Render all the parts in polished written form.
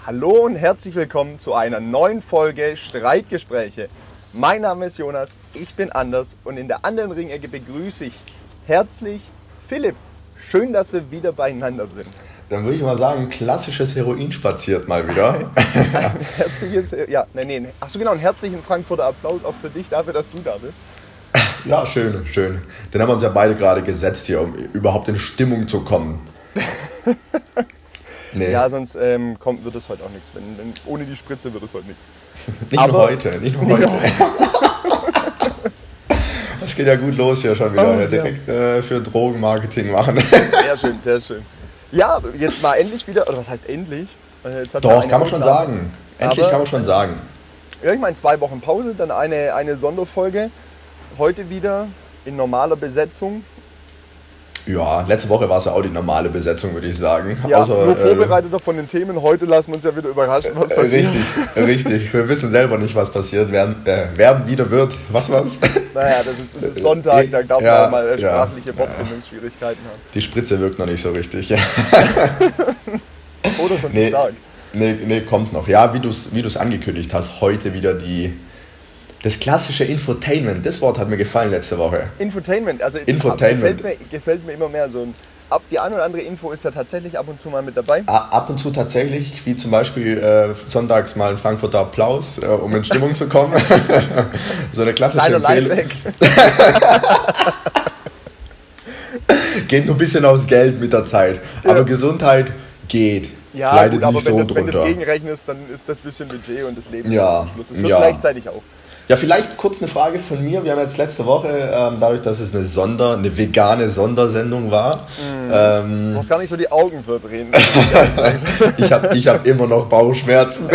Hallo und herzlich willkommen zu einer neuen Folge Streitgespräche. Mein Name ist Jonas, ich bin Anders und in der anderen Ringecke begrüße ich herzlich Philipp. Schön, dass wir wieder beieinander sind. Dann würde ich mal sagen, klassisches Heroin spaziert mal wieder. Ein herzliches, Achso genau, einen herzlichen Frankfurter Applaus auch für dich dafür, dass du da bist. Ja, schön. Den haben wir uns ja beide gerade gesetzt hier, um überhaupt in Stimmung zu kommen. Nee. Ja, sonst wird es heute auch nichts. Ohne die Spritze wird es heute nichts. Nicht nur heute. Das geht ja gut los hier schon wieder. Direkt für Drogenmarketing machen. Sehr schön. Ja, jetzt mal endlich wieder, oder was heißt endlich? Doch, kann man schon sagen. Endlich kann man schon sagen. Ja, ich meine 2 Wochen Pause, dann eine Sonderfolge. Heute wieder in normaler Besetzung. Ja, letzte Woche war es ja auch die normale Besetzung, würde ich sagen. Ja, nur vorbereiteter von den Themen. Heute lassen wir uns ja wieder überraschen, was passiert. Richtig. Wir wissen selber nicht, was passiert. Werden wieder wird. Was? Naja, das ist Sonntag, da darf man mal sprachliche Wortfindungsschwierigkeiten haben. Die Spritze wirkt noch nicht so richtig. Oder schon zu stark. Nee, kommt noch. Ja, wie du es angekündigt hast, heute wieder das klassische Infotainment. Das Wort hat mir gefallen letzte Woche. Infotainment. Gefällt mir immer mehr. Die eine oder andere Info ist ja tatsächlich ab und zu mal mit dabei. Ab und zu tatsächlich, wie zum Beispiel sonntags mal ein Frankfurter Applaus, um in Stimmung zu kommen. So eine klassische Empfehlung. Geht nur ein bisschen aufs Geld mit der Zeit. Ja. Aber Gesundheit geht. Ja, leidet gut, nicht aber wenn du das gegenrechnest, dann ist das bisschen Budget und das Leben Schluss. Es wird gleichzeitig auch. Ja, vielleicht kurz eine Frage von mir. Wir haben jetzt letzte Woche, dadurch, dass es eine vegane Sondersendung war. Du musst gar nicht so die Augen verdrehen. Ich hab immer noch Bauchschmerzen.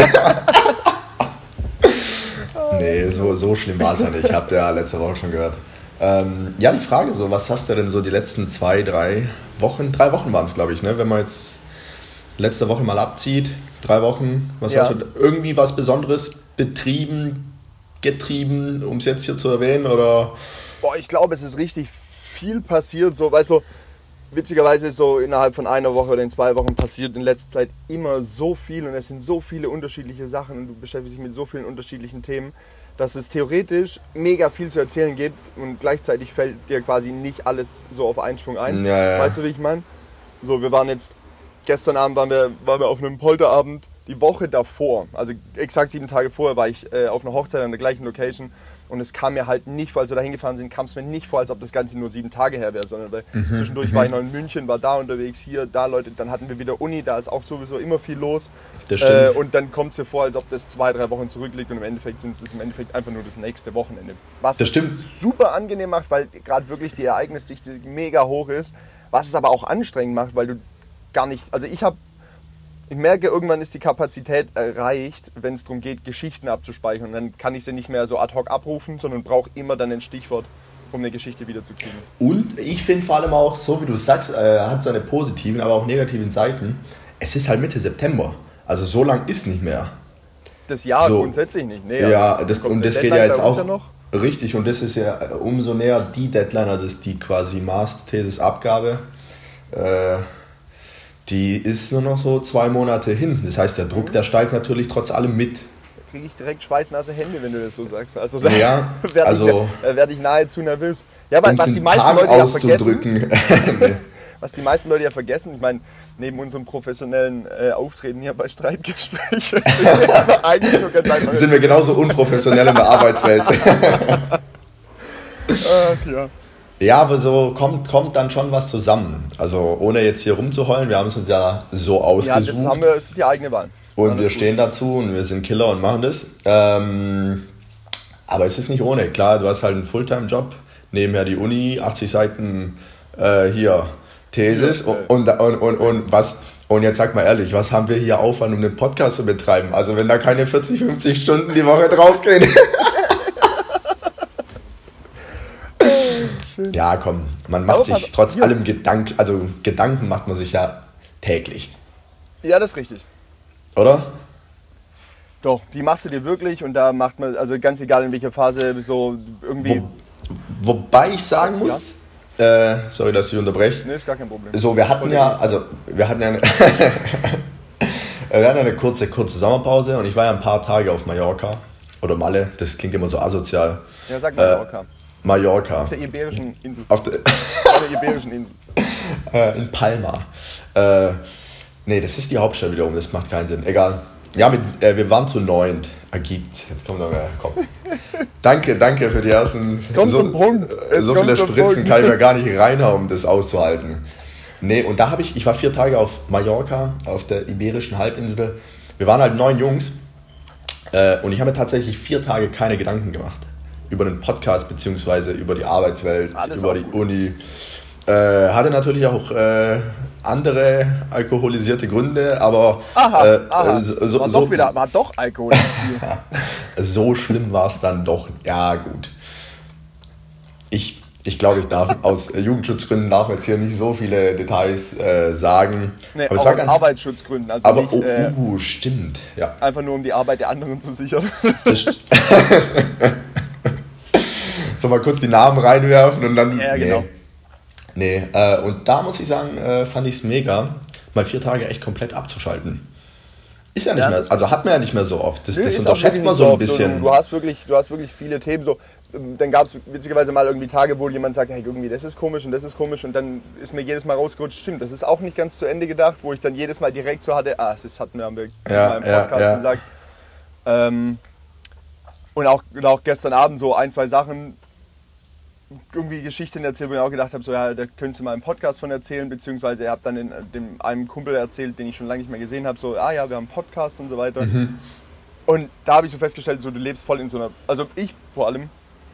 Nee, so schlimm war es ja nicht. Habt ihr ja letzte Woche schon gehört. Ja, die Frage was hast du denn so die letzten 3 Wochen? 3 Wochen waren es, glaube ich, ne? Wenn man jetzt letzte Woche mal abzieht. 3 Wochen. Hast du irgendwie was Besonderes getrieben, um es jetzt hier zu erwähnen, oder? Boah, ich glaube, es ist richtig viel passiert, witzigerweise ist so innerhalb von 1 Woche oder in 2 Wochen passiert in letzter Zeit immer so viel und es sind so viele unterschiedliche Sachen und du beschäftigst dich mit so vielen unterschiedlichen Themen, dass es theoretisch mega viel zu erzählen gibt und gleichzeitig fällt dir quasi nicht alles so auf einen Schwung ein. Ja. Weißt du, wie ich meine? So, gestern Abend waren wir auf einem Polterabend. Die Woche davor, also exakt 7 Tage vorher, war ich auf einer Hochzeit an der gleichen Location und es kam mir halt nicht vor, als wir da hingefahren sind, kam es mir nicht vor, als ob das Ganze nur 7 Tage her wäre, sondern zwischendurch war ich noch in München, war da unterwegs, hier, da Leute, dann hatten wir wieder Uni, da ist auch sowieso immer viel los. Das stimmt. Und dann kommt es dir vor, als ob das 2-3 Wochen zurückliegt und im Endeffekt sind es einfach nur das nächste Wochenende. Was das stimmt. Super angenehm macht, weil gerade wirklich die Ereignisdichte mega hoch ist, was es aber auch anstrengend macht, weil du gar nicht, also ich merke, irgendwann ist die Kapazität erreicht, wenn es darum geht, Geschichten abzuspeichern. Und dann kann ich sie nicht mehr so ad hoc abrufen, sondern brauche immer dann ein Stichwort, um eine Geschichte wiederzukriegen. Und ich finde vor allem auch, so wie du sagst, hat seine positiven, aber auch negativen Seiten. Es ist halt Mitte September. Also so lang ist nicht mehr. Das Jahr so, grundsätzlich nicht. Nee, ja, das geht ja jetzt auch noch. Richtig, und das ist ja umso näher die Deadline, also ist die quasi Masterthesis-Abgabe. Die ist nur noch so 2 Monate hin. Das heißt, der Druck, der steigt natürlich trotz allem mit. Da kriege ich direkt schweißnasse Hände, wenn du das so sagst. Also werde ich nahezu nervös. Ja, weil was die meisten Leute ja vergessen. Was die meisten Leute ja vergessen, ich meine, neben unserem professionellen Auftreten hier bei Streitgesprächen sind wir genauso unprofessionell in der Arbeitswelt. Ach ja. Ja, aber so kommt dann schon was zusammen. Also ohne jetzt hier rumzuheulen, wir haben es uns ja so ausgesucht. Ja, das ist die eigene Wahl. Und wir stehen dazu und wir sind Killer und machen das. Aber es ist nicht ohne. Klar, du hast halt einen Fulltime-Job, nebenher die Uni, 80 Seiten Thesis und was. Und jetzt sag mal ehrlich, was haben wir hier Aufwand, um den Podcast zu betreiben? Also wenn da keine 40, 50 Stunden die Woche draufgehen. Ja, komm, man macht sich trotz allem Gedanken macht man sich ja täglich. Ja, das ist richtig. Oder? Doch, die machst du dir wirklich und da macht man, also ganz egal in welcher Phase, so irgendwie... Wobei ich sagen muss, sorry, dass ich unterbreche. Nee, ist gar kein Problem. So, wir hatten ja Wir hatten eine kurze Sommerpause und ich war ja ein paar Tage auf Mallorca. Oder Malle, das klingt immer so asozial. Ja, sag Mallorca. Mallorca. Auf der Iberischen Insel. Auf der Iberischen Insel. In Palma. Nee, das ist die Hauptstadt wiederum, das macht keinen Sinn. Egal. Ja, wir waren zu 9. Ergibt. Jetzt kommt noch mehr. Komm. Danke für die ersten. Zum Punkt. So viele Spritzen kann ich mir gar nicht reinhauen, um das auszuhalten. Nee, und ich war 4 Tage auf Mallorca, auf der Iberischen Halbinsel. Wir waren halt 9 Jungs. Und ich habe mir tatsächlich 4 Tage keine Gedanken gemacht. Über den Podcast, beziehungsweise über die Arbeitswelt, über die Uni. Hatte natürlich auch andere alkoholisierte Gründe, aber war doch Alkohol im Spiel. So schlimm war es dann doch. Ja, gut. Ich glaube, ich darf aus Jugendschutzgründen darf jetzt hier nicht so viele Details sagen. Nee, aber es war aus Arbeitsschutzgründen. Also aber nicht, stimmt. Ja. Einfach nur, um die Arbeit der anderen zu sichern. So, mal kurz die Namen reinwerfen und dann... Ja, genau. Nee, und da muss ich sagen, fand ich es mega, mal 4 Tage echt komplett abzuschalten. Ist ja nicht mehr, also hat man ja nicht mehr so oft. Das unterschätzt man so ein bisschen. Du hast wirklich viele Themen. So, dann gab es witzigerweise mal irgendwie Tage, wo jemand sagt, hey, irgendwie das ist komisch und dann ist mir jedes Mal rausgerutscht, stimmt, das ist auch nicht ganz zu Ende gedacht, wo ich dann jedes Mal direkt so hatte, haben wir mal im Podcast gesagt. Und auch gestern Abend so 1, 2 Sachen, irgendwie Geschichten erzählt, wo ich auch gedacht habe, so ja, da könntest du mal im Podcast von erzählen, beziehungsweise ihr habt dann einem Kumpel erzählt, den ich schon lange nicht mehr gesehen habe, so, ja, wir haben einen Podcast und so weiter. Mhm. Und da habe ich so festgestellt, so du lebst voll in so einer, also ich vor allem,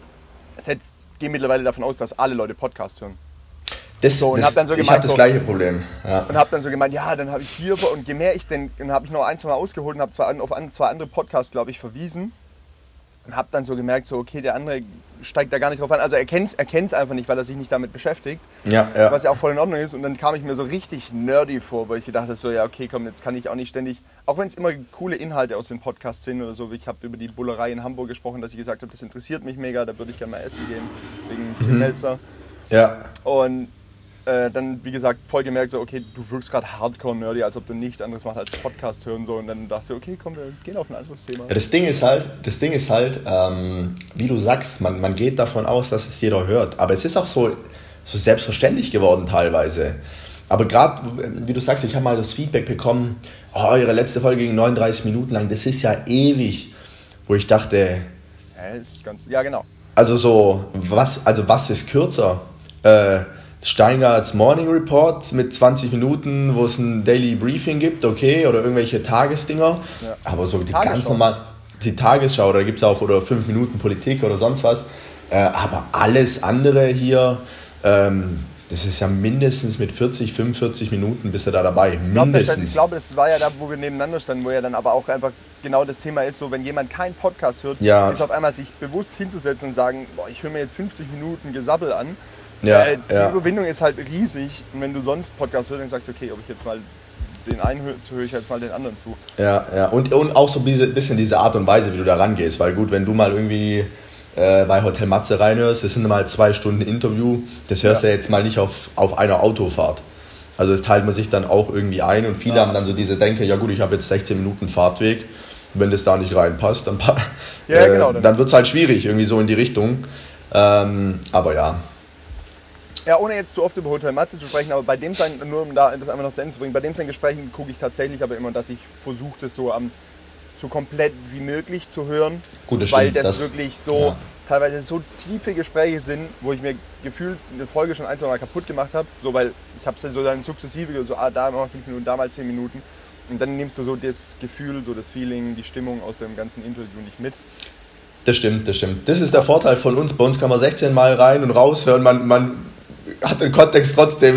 gehe mittlerweile davon aus, dass alle Leute Podcast hören. Ich habe das gleiche Problem. Ja. Und habe dann so gemeint, ja, dann habe ich hier, und je mehr dann habe ich noch 1, 2 Mal ausgeholt und habe auf 2 andere Podcasts, glaube ich, verwiesen. Und habe dann so gemerkt, so okay, der andere steigt da gar nicht drauf an. Also er kennt's einfach nicht, weil er sich nicht damit beschäftigt. Ja. Was ja auch voll in Ordnung ist. Und dann kam ich mir so richtig nerdy vor, weil ich dachte so, ja okay, komm, jetzt kann ich auch nicht ständig, auch wenn es immer coole Inhalte aus den Podcasts sind oder so. Ich habe über die Bullerei in Hamburg gesprochen, dass ich gesagt habe, das interessiert mich mega, da würde ich gerne mal essen gehen, wegen Tim Melzer. Ja. Und dann, wie gesagt, voll gemerkt, so okay, du wirkst gerade hardcore-nerdy, als ob du nichts anderes machst als Podcast hören. So. Und dann dachte ich, okay, komm, wir gehen auf ein anderes Thema. Ja, das Ding ist halt, wie du sagst, man geht davon aus, dass es jeder hört. Aber es ist auch so selbstverständlich geworden teilweise. Aber gerade, wie du sagst, ich habe mal das Feedback bekommen, oh, ihre letzte Folge ging 39 Minuten lang, das ist ja ewig. Wo ich dachte... Ja, genau. Also was ist kürzer? Steingarts Morning Report mit 20 Minuten, wo es ein Daily Briefing gibt, okay, oder irgendwelche Tagesdinger, ja. Aber so die ganz normal, die Tagesschau, oder gibt es auch, oder 5 Minuten Politik oder sonst was, aber alles andere hier, das ist ja mindestens mit 40, 45 Minuten bist du da dabei, mindestens. Ich glaube, das war ja da, wo wir nebeneinander standen, wo ja dann aber auch einfach genau das Thema ist, so wenn jemand keinen Podcast hört, ist auf einmal sich bewusst hinzusetzen und sagen, boah, ich höre mir jetzt 50 Minuten Gesabbel an. Die Überwindung ist halt riesig, und wenn du sonst Podcast hörst, dann sagst du, okay, ob ich jetzt mal den einen höre ich jetzt mal den anderen zu. Ja. Und auch so ein bisschen diese Art und Weise, wie du da rangehst, weil gut, wenn du mal irgendwie bei Hotel Matze reinhörst, das sind mal 2 Stunden Interview, das hörst du jetzt mal nicht auf einer Autofahrt. Also das teilt man sich dann auch irgendwie ein, und viele haben dann so diese Denke, ja gut, ich habe jetzt 16 Minuten Fahrtweg, wenn das da nicht reinpasst, dann wird es halt schwierig, irgendwie so in die Richtung. Aber ja. Ja, ohne jetzt zu oft über Hotel Matze zu sprechen, aber bei dem sein, nur um da das einmal noch zu Ende zu bringen, bei dem sein Gesprächen gucke ich tatsächlich aber immer, dass ich versuche, das so komplett wie möglich zu hören. Gut, das weil stimmt, das wirklich so teilweise so tiefe Gespräche sind, wo ich mir gefühlt eine Folge schon 1, 2 Mal kaputt gemacht habe, so, weil ich habe es so dann sukzessive, so da mal 5 Minuten, da mal 10 Minuten, und dann nimmst du so das Gefühl, so das Feeling, die Stimmung aus dem ganzen Interview nicht mit. Das stimmt. Das ist der Vorteil von uns. Bei uns kann man 16 Mal rein und raushören, man hat den Kontext trotzdem.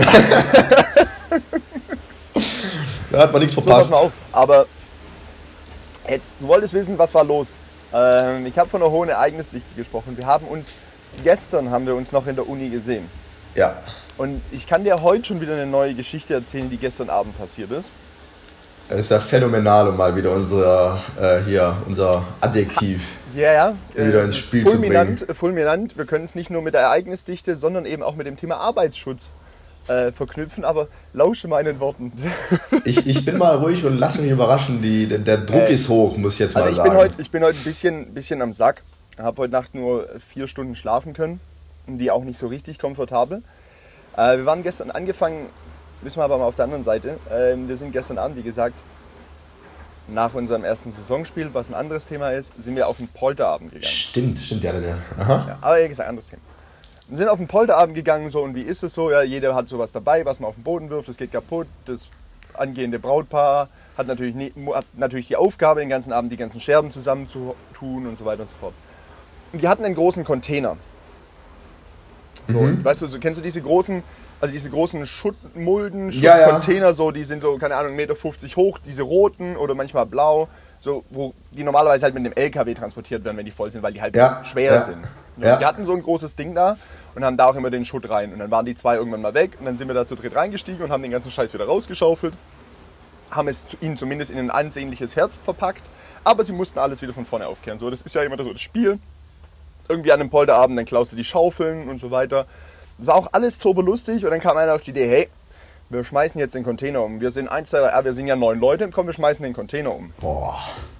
Da hat man nichts verpasst. So, pass mal auf. Aber jetzt, du wolltest wissen, was war los? Ich habe von einer hohen Ereignisdichte gesprochen. Gestern haben wir uns noch in der Uni gesehen. Ja. Und ich kann dir heute schon wieder eine neue Geschichte erzählen, die gestern Abend passiert ist. Das ist ja phänomenal, um mal wieder unser Adjektiv wieder ins Spiel zu bringen. Fulminant. Wir können es nicht nur mit der Ereignisdichte, sondern eben auch mit dem Thema Arbeitsschutz verknüpfen, aber lausche meinen Worten. Ich bin mal ruhig und lass mich überraschen. Der Druck ist hoch, muss ich jetzt mal sagen. Ich bin heute ein bisschen am Sack. Habe heute Nacht nur 4 Stunden schlafen können. Und die auch nicht so richtig komfortabel. Wir waren gestern angefangen, müssen wir aber mal auf der anderen Seite. Wir sind gestern Abend, wie gesagt, nach unserem ersten Saisonspiel, was ein anderes Thema ist, sind wir auf den Polterabend gegangen. Stimmt, ja. Aha. Ja, aber wie gesagt, anderes Thema. Wir sind auf den Polterabend gegangen, so, und wie ist es so? Ja, jeder hat sowas dabei, was man auf den Boden wirft, das geht kaputt. Das angehende Brautpaar hat natürlich die Aufgabe, den ganzen Abend die ganzen Scherben zusammenzutun und so weiter und so fort. Und die hatten einen großen Container. So, und, weißt du, kennst du diese großen Schuttmulden, Schuttcontainer, ja. So, die sind so, keine Ahnung, 1,50 Meter hoch, diese roten oder manchmal blau, so, wo die normalerweise halt mit dem LKW transportiert werden, wenn die voll sind, weil die halt schwer sind. So, ja. Die hatten so ein großes Ding da und haben da auch immer den Schutt rein. Und dann waren die 2 irgendwann mal weg und dann sind wir da zu dritt reingestiegen und haben den ganzen Scheiß wieder rausgeschaufelt. Haben es ihnen zumindest in ein ansehnliches Herz verpackt, aber sie mussten alles wieder von vorne aufkehren. So, das ist ja immer so das Spiel. Irgendwie an einem Polterabend, dann klaust du die Schaufeln und so weiter. Das war auch alles turbolustig und dann kam einer auf die Idee, hey, wir schmeißen jetzt den Container um. Wir sind wir sind ja 9 Leute, komm, wir schmeißen den Container um. Boah.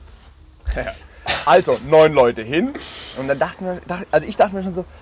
Also 9 Leute hin und dann ich dachte mir schon so,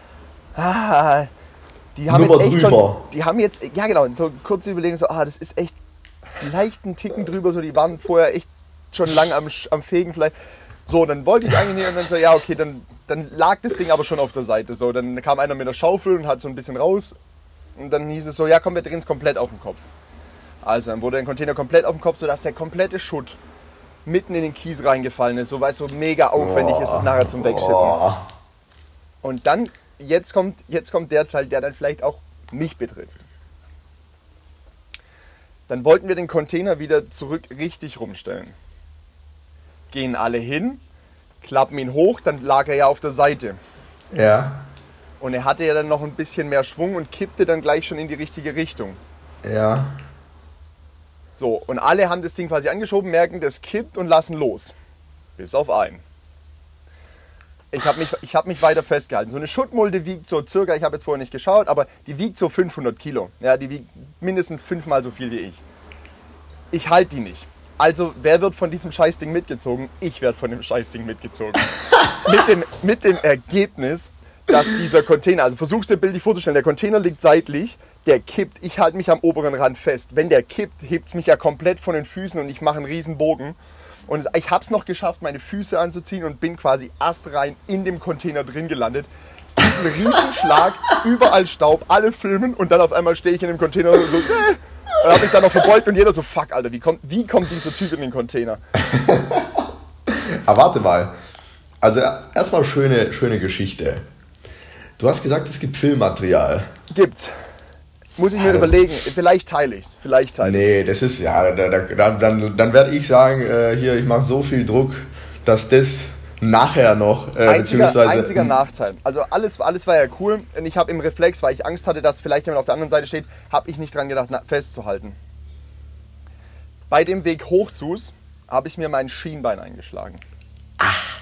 die haben Nummer jetzt echt drüber. die haben jetzt, ja genau, so kurze Überlegung, so, das ist echt vielleicht einen Ticken drüber, so, die waren vorher echt schon lang am Fegen vielleicht. So, dann wollte ich eigentlich nicht und dann so, ja okay, dann lag das Ding aber schon auf der Seite. So, dann kam einer mit der Schaufel und hat so ein bisschen raus und dann hieß es so, ja komm, wir drehen es komplett auf den Kopf. Also dann wurde der Container komplett auf den Kopf, sodass der komplette Schutt mitten in den Kies reingefallen ist, so, weil es so mega aufwendig ist, es nachher zum Wegschippen. Und dann, jetzt kommt der Teil, der dann vielleicht auch mich betrifft. Dann wollten wir den Container wieder zurück richtig rumstellen. Gehen alle hin, klappen ihn hoch, dann lag er ja auf der Seite. Ja. Und er hatte ja dann noch ein bisschen mehr Schwung und kippte dann gleich schon in die richtige Richtung. Ja. So, und alle haben das Ding quasi angeschoben, merken, das kippt und lassen los. Bis auf einen. Ich hab mich weiter festgehalten. So eine Schuttmulde wiegt so circa, ich habe jetzt vorher nicht geschaut, aber die wiegt so 500 Kilo. Ja, die wiegt mindestens 5-mal so viel wie ich. Ich halte die nicht. Also, wer wird von diesem Scheißding mitgezogen? Ich werde von dem Scheißding mitgezogen. mit dem Ergebnis, dass dieser Container, also versuch's dir bildlich vorzustellen, der Container liegt seitlich, der kippt, ich halte mich am oberen Rand fest. Wenn der kippt, hebt es mich ja komplett von den Füßen und ich mache einen riesen Bogen. Und ich habe es noch geschafft, meine Füße anzuziehen und bin quasi astrein in dem Container drin gelandet. Es gibt einen riesen Schlag, überall Staub, alle filmen und dann auf einmal stehe ich in dem Container und so, und habe mich dann noch verbeugt und jeder so, fuck, Alter, wie kommt dieser Typ in den Container? Aber warte mal. Also erstmal schöne Geschichte. Du hast gesagt, es gibt Filmmaterial. Gibt's. Muss ich mir überlegen. Vielleicht teile ich's. Nee, das ist, ja, dann werde ich sagen, hier, ich mache so viel Druck, dass das nachher noch, einziger Nachteil. Also alles war ja cool und ich habe im Reflex, weil ich Angst hatte, dass vielleicht jemand auf der anderen Seite steht, habe ich nicht dran gedacht, festzuhalten. Bei dem Weg hoch zu's habe ich mir mein Schienbein eingeschlagen. Ach.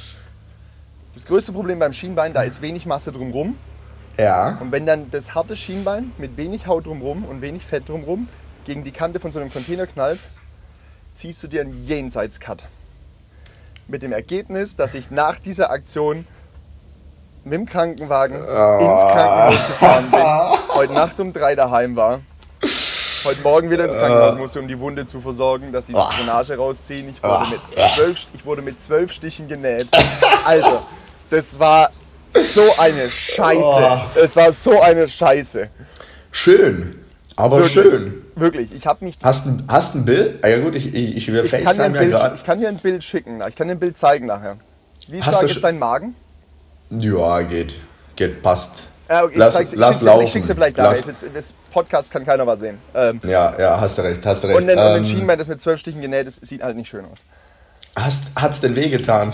Das größte Problem beim Schienbein, da ist wenig Masse drumherum. Ja. Und wenn dann das harte Schienbein mit wenig Haut drumherum und wenig Fett drumherum gegen die Kante von so einem Container knallt, ziehst du dir einen Jenseits-Cut. Mit dem Ergebnis, dass ich nach dieser Aktion mit dem Krankenwagen ins Krankenhaus gefahren bin, heute Nacht um 3 daheim war, heute Morgen wieder ins Krankenhaus musste, um die Wunde zu versorgen, dass sie die Drainage rausziehen. Ich wurde mit 12 Stichen genäht. Alter, das war so eine Scheiße. Es war so eine Scheiße. Schön. Aber wirklich, schön. Wirklich, ich habe mich... Hast ein Bild? Ah ja gut, ich FaceTime ja gerade. Ich kann dir ein Bild schicken, ich kann dir ein Bild zeigen nachher. Wie stark ist dein Magen? Ja, geht, passt. Ja, okay, lass laufen. Ich schick's dir vielleicht nachher. Das Podcast kann keiner was sehen. Ja, hast du recht. Und ein Schienbein, das mit 12 Stichen genäht ist, sieht halt nicht schön aus. Hat's denn wehgetan?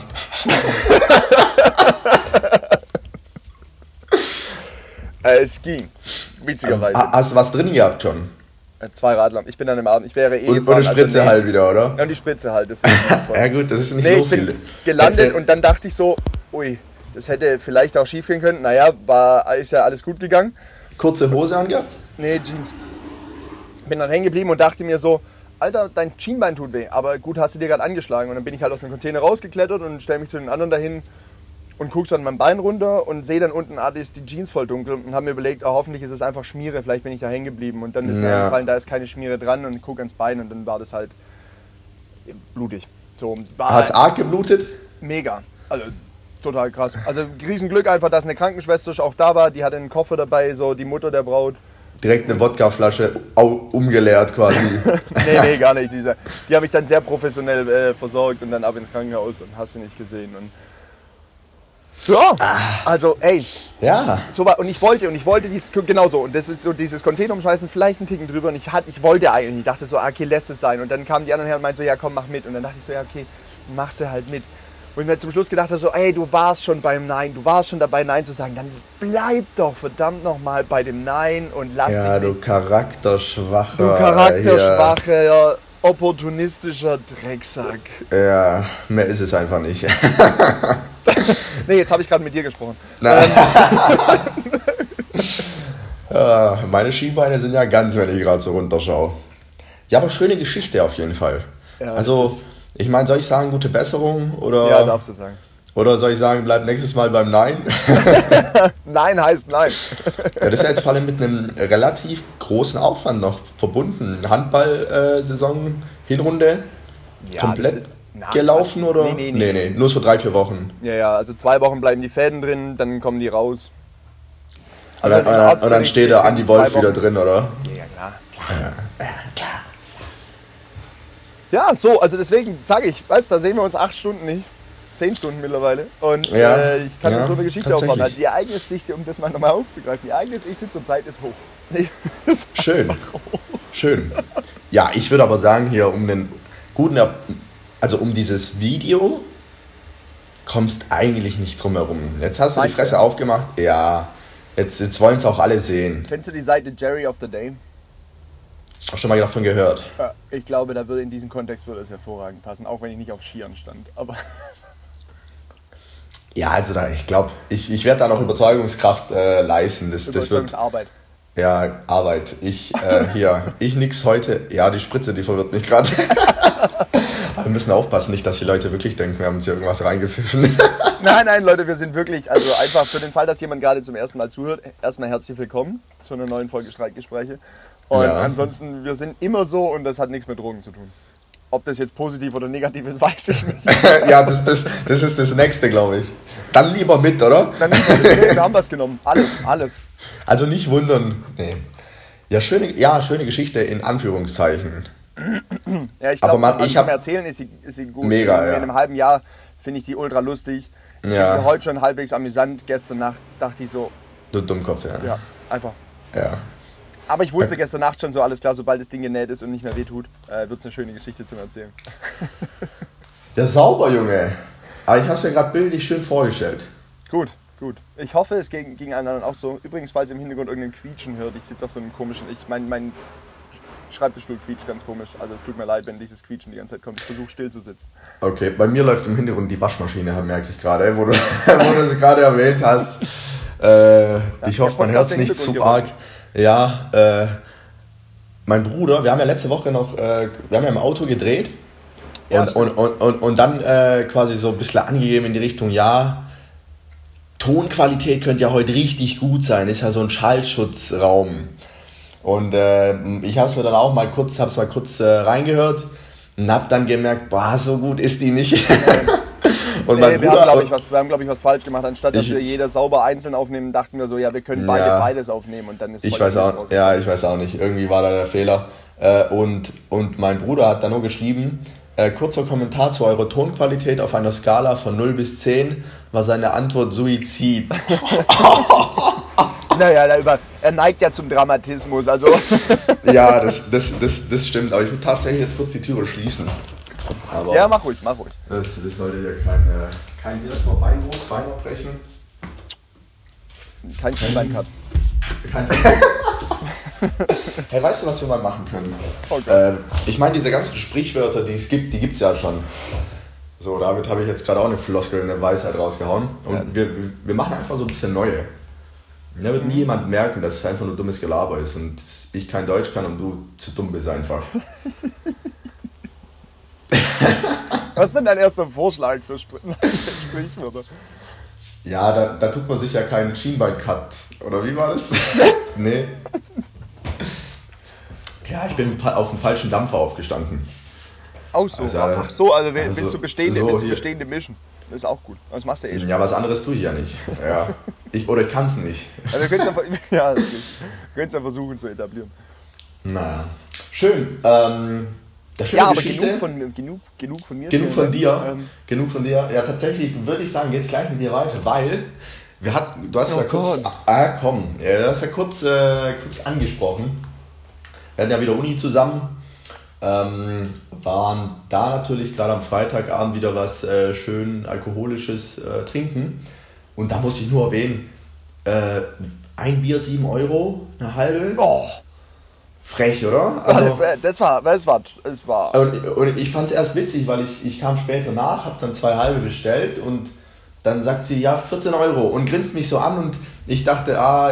Es ging, witzigerweise. Hast du was drin gehabt schon? 2 Radler. Ich bin dann im Abend, ich wäre Und die Spritze halt wieder, oder? Ja, und die Spritze halt, deswegen. Ja gut, das ist nicht so viel. Ich bin gelandet und dann dachte ich so, ui, das hätte vielleicht auch schief gehen können. Naja, ist ja alles gut gegangen. kurze Hose angehabt? Nee, Jeans. Bin dann hängen geblieben und dachte mir so, Alter, dein Schienbein tut weh, aber gut, hast du dir gerade angeschlagen. Und dann bin ich halt aus dem Container rausgeklettert und stelle mich zu den anderen dahin und gucke dann mein Bein runter und sehe dann unten, ist die Jeans voll dunkel und habe mir überlegt, hoffentlich ist es einfach Schmiere, vielleicht bin ich da hängen geblieben. Und dann ist mir eingefallen, da ist keine Schmiere dran und ich gucke ans Bein und dann war das halt blutig. So, Hat's arg geblutet? Mega, also total krass. Also Riesenglück einfach, dass eine Krankenschwester auch da war, die hatte einen Koffer dabei, so die Mutter der Braut. Direkt eine Wodkaflasche umgeleert quasi. nee, gar nicht. Die habe ich dann sehr professionell versorgt und dann ab ins Krankenhaus und hast du nicht gesehen. Und ja, also ey. Ja. So war, und ich wollte dieses, genau so, und das ist so dieses Container umschmeißen, vielleicht einen Ticken drüber und ich wollte eigentlich, ich dachte so, okay, lässt es sein. Und dann kamen die anderen her und meinten so, ja komm, mach mit. Und dann dachte ich so, ja okay, machst du halt mit. Wo ich mir zum Schluss gedacht habe, so, ey, du warst schon beim Nein, du warst schon dabei, Nein zu sagen, dann bleib doch verdammt nochmal bei dem Nein und lass dich Ja, nicht. Du charakterschwacher, ja, opportunistischer Drecksack. Ja, mehr ist es einfach nicht. Nee, jetzt habe ich gerade mit dir gesprochen. Meine Schienbeine sind ja ganz, wenn ich gerade so runterschaue. Ja, aber schöne Geschichte auf jeden Fall. Ja, also, ich meine, soll ich sagen, gute Besserung? Oder, ja, darfst du sagen. Oder soll ich sagen, bleib nächstes Mal beim Nein? Nein heißt Nein. Ja, das ist ja jetzt vor allem mit einem relativ großen Aufwand noch verbunden. Handball-Saison, Hinrunde, Ja, komplett gelaufen oder? Nee, nur so 3-4 Wochen. Ja, also 2 Wochen bleiben die Fäden drin, dann kommen die raus. Und dann steht da Andi Wolf wieder drin, oder? Ja, klar. Klar. Ja, so, also deswegen sage ich, weißt du, da sehen wir uns 8 Stunden nicht. 10 Stunden mittlerweile. Und ich kann uns so eine Geschichte aufbauen. Also die Ereignisdichte, um das mal nochmal aufzugreifen, die Ereignisdichte zur Zeit ist hoch. Schön. Ja, ich würde aber sagen, hier um den guten, also um dieses Video kommst eigentlich nicht drum herum. Jetzt hast du die Fresse aufgemacht. Ja, jetzt wollen es auch alle sehen. Kennst du die Seite Jerry of the Day? Hab schon mal davon gehört. Ja, ich glaube, da würde in diesem Kontext würde es hervorragend passen, auch wenn ich nicht auf Skiern stand. Aber ja, also ich glaube, ich werde da noch Überzeugungskraft leisten. Das wird Arbeit. Ja, Arbeit. Ich nix heute. Ja, die Spritze, die verwirrt mich gerade. Aber wir müssen aufpassen, nicht, dass die Leute wirklich denken, wir haben uns hier irgendwas reingepfiffen. Nein, Leute, wir sind wirklich, also einfach für den Fall, dass jemand gerade zum ersten Mal zuhört, erstmal herzlich willkommen zu einer neuen Folge Streitgespräche. Und ansonsten, wir sind immer so und das hat nichts mit Drogen zu tun. Ob das jetzt positiv oder negativ ist, weiß ich nicht. Ja, das ist das Nächste, glaube ich. Dann lieber mit, oder? Dann lieber mit. Nee, wir haben was genommen. Alles. Also nicht wundern. Nee. Ja, schöne Geschichte in Anführungszeichen. Ja, ich glaube, zum Erzählen ist sie gut. Mega, in einem halben Jahr finde ich die ultra lustig. Ich finde sie heute schon halbwegs amüsant. Gestern Nacht dachte ich so... Du Dummkopf, ja. Ja, einfach. Ja. Aber ich wusste gestern Nacht schon so, alles klar, sobald das Ding genäht ist und nicht mehr wehtut, wird es eine schöne Geschichte zum Erzählen. Ja, sauber, Junge. Aber ich habe es mir gerade bildlich schön vorgestellt. Gut. Ich hoffe, es ging allen anderen auch so. Übrigens, falls ihr im Hintergrund irgendein Quietschen hört, ich sitze auf so einem komischen... Mein Schreibtischstuhl quietscht ganz komisch. Also es tut mir leid, wenn dieses Quietschen die ganze Zeit kommt. Ich versuche still zu sitzen. Okay, bei mir läuft im Hintergrund die Waschmaschine, merke ich gerade, wo du sie gerade erwähnt hast. Ich hoffe, man hört es nicht zu arg. Ja, mein Bruder, wir haben ja letzte Woche noch, wir haben ja im Auto gedreht und dann quasi so ein bisschen angegeben in die Richtung, ja, Tonqualität könnte ja heute richtig gut sein, ist ja so ein Schallschutzraum. Und ich habe es mir dann auch mal kurz reingehört und habe dann gemerkt, boah, so gut ist die nicht. Und mein Bruder, wir haben, glaube ich, was falsch gemacht. Anstatt dass wir jeder sauber einzeln aufnehmen, dachten wir so, ja, wir können beides aufnehmen und dann ist ich weiß auch nicht. Irgendwie war da der Fehler. Und mein Bruder hat dann nur geschrieben, kurzer Kommentar zu eurer Tonqualität auf einer Skala von 0 bis 10 war seine Antwort Suizid. Naja, er neigt ja zum Dramatismus, also. Ja, das stimmt, aber ich würde tatsächlich jetzt kurz die Türe schließen. Aber ja, mach ruhig. Das sollte ja kein Beinbruch, Bein abbrechen. Kein Schienbeincut. Hey, weißt du, was wir mal machen können? Okay. Ich meine, diese ganzen Sprichwörter, die es gibt, die gibt es ja schon. So, damit habe ich jetzt gerade auch eine Floskel, eine Weisheit rausgehauen. Und wir machen einfach so ein bisschen neue. Da wird nie jemand merken, dass es einfach nur dummes Gelaber ist und ich kein Deutsch kann und du zu dumm bist einfach. Was ist denn dein erster Vorschlag für Sprichwörter? Ja, da tut man sich ja keinen Schienbein-Cut. Oder wie war das? Nee. Ja, ich bin auf dem falschen Dampfer aufgestanden. Auch so. Also, Ach so, also willst also du bestehende, so willst du hier. bestehende mischen? Das ist auch gut. Das machst du eh schon. Ja, was anderes tue ich ja nicht. Ja. Ich kann es nicht. Ja, wir können es einfach, ja, das geht. Wir können es ja versuchen zu etablieren. Naja. Schön. Schöne Ja, aber Geschichte. genug von mir. Genug von dir. Ähm, Genug von dir. Ja, tatsächlich würde ich sagen, jetzt gleich mit dir weiter, weil du hast Oh ja kurz. Gott. Du hast ja kurz angesprochen. Wir hatten ja wieder Uni zusammen. Waren da natürlich gerade am Freitagabend wieder was schön Alkoholisches trinken. Und da muss ich nur erwähnen, ein Bier 7 Euro, eine halbe. Oh, Frech, oder? Also, das war. und ich fand es erst witzig, weil ich kam später nach, habe dann 2 halbe bestellt und dann sagt sie, ja, 14 Euro und grinst mich so an und ich dachte,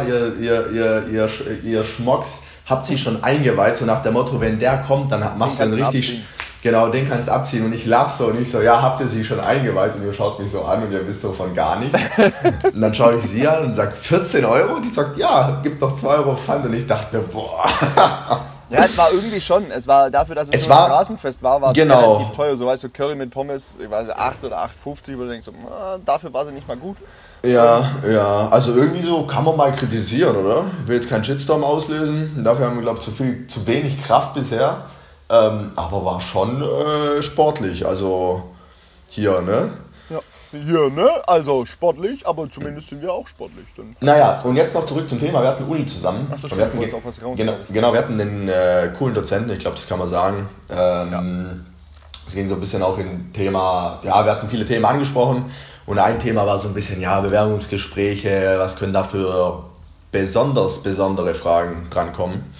ihr Schmocks habt sie schon eingeweiht, so nach dem Motto, wenn der kommt, dann machst du dann kannst du richtig, abziehen. genau, den kannst du abziehen und ich lache so und ich so, ja, habt ihr sie schon eingeweiht und ihr schaut mich so an und ihr wisst so von gar nichts. Und dann schaue ich sie an und sage, 14 Euro? Und die sagt, ja, gib doch 2 Euro Pfand und ich dachte mir, boah. Ja, es war irgendwie schon. Es war dafür, dass es Es nur ein war- Straßenfest war es Genau. relativ teuer. So weißt du, Curry mit Pommes, ich weiß nicht, 8 oder 8,50, wo du denkst, so, dafür war sie nicht mal gut. Ja, also irgendwie so kann man mal kritisieren, oder? Ich will jetzt keinen Shitstorm auslösen, dafür haben wir, glaube ich, zu wenig Kraft bisher, aber war schon sportlich, also hier, ne? Ja. Hier, ne? Also sportlich, aber zumindest sind wir auch sportlich. Dann. Naja, und jetzt noch zurück zum Thema, wir hatten Uni zusammen. Ach so, Und stimmt, wir hatten du wolltest auch was raus. genau, wir hatten einen coolen Dozenten, ich glaube, das kann man sagen. Es ging so ein bisschen auch in Thema, ja, wir hatten viele Themen angesprochen und ein Thema war so ein bisschen, ja, Bewerbungsgespräche, was können da für besondere Fragen drankommen.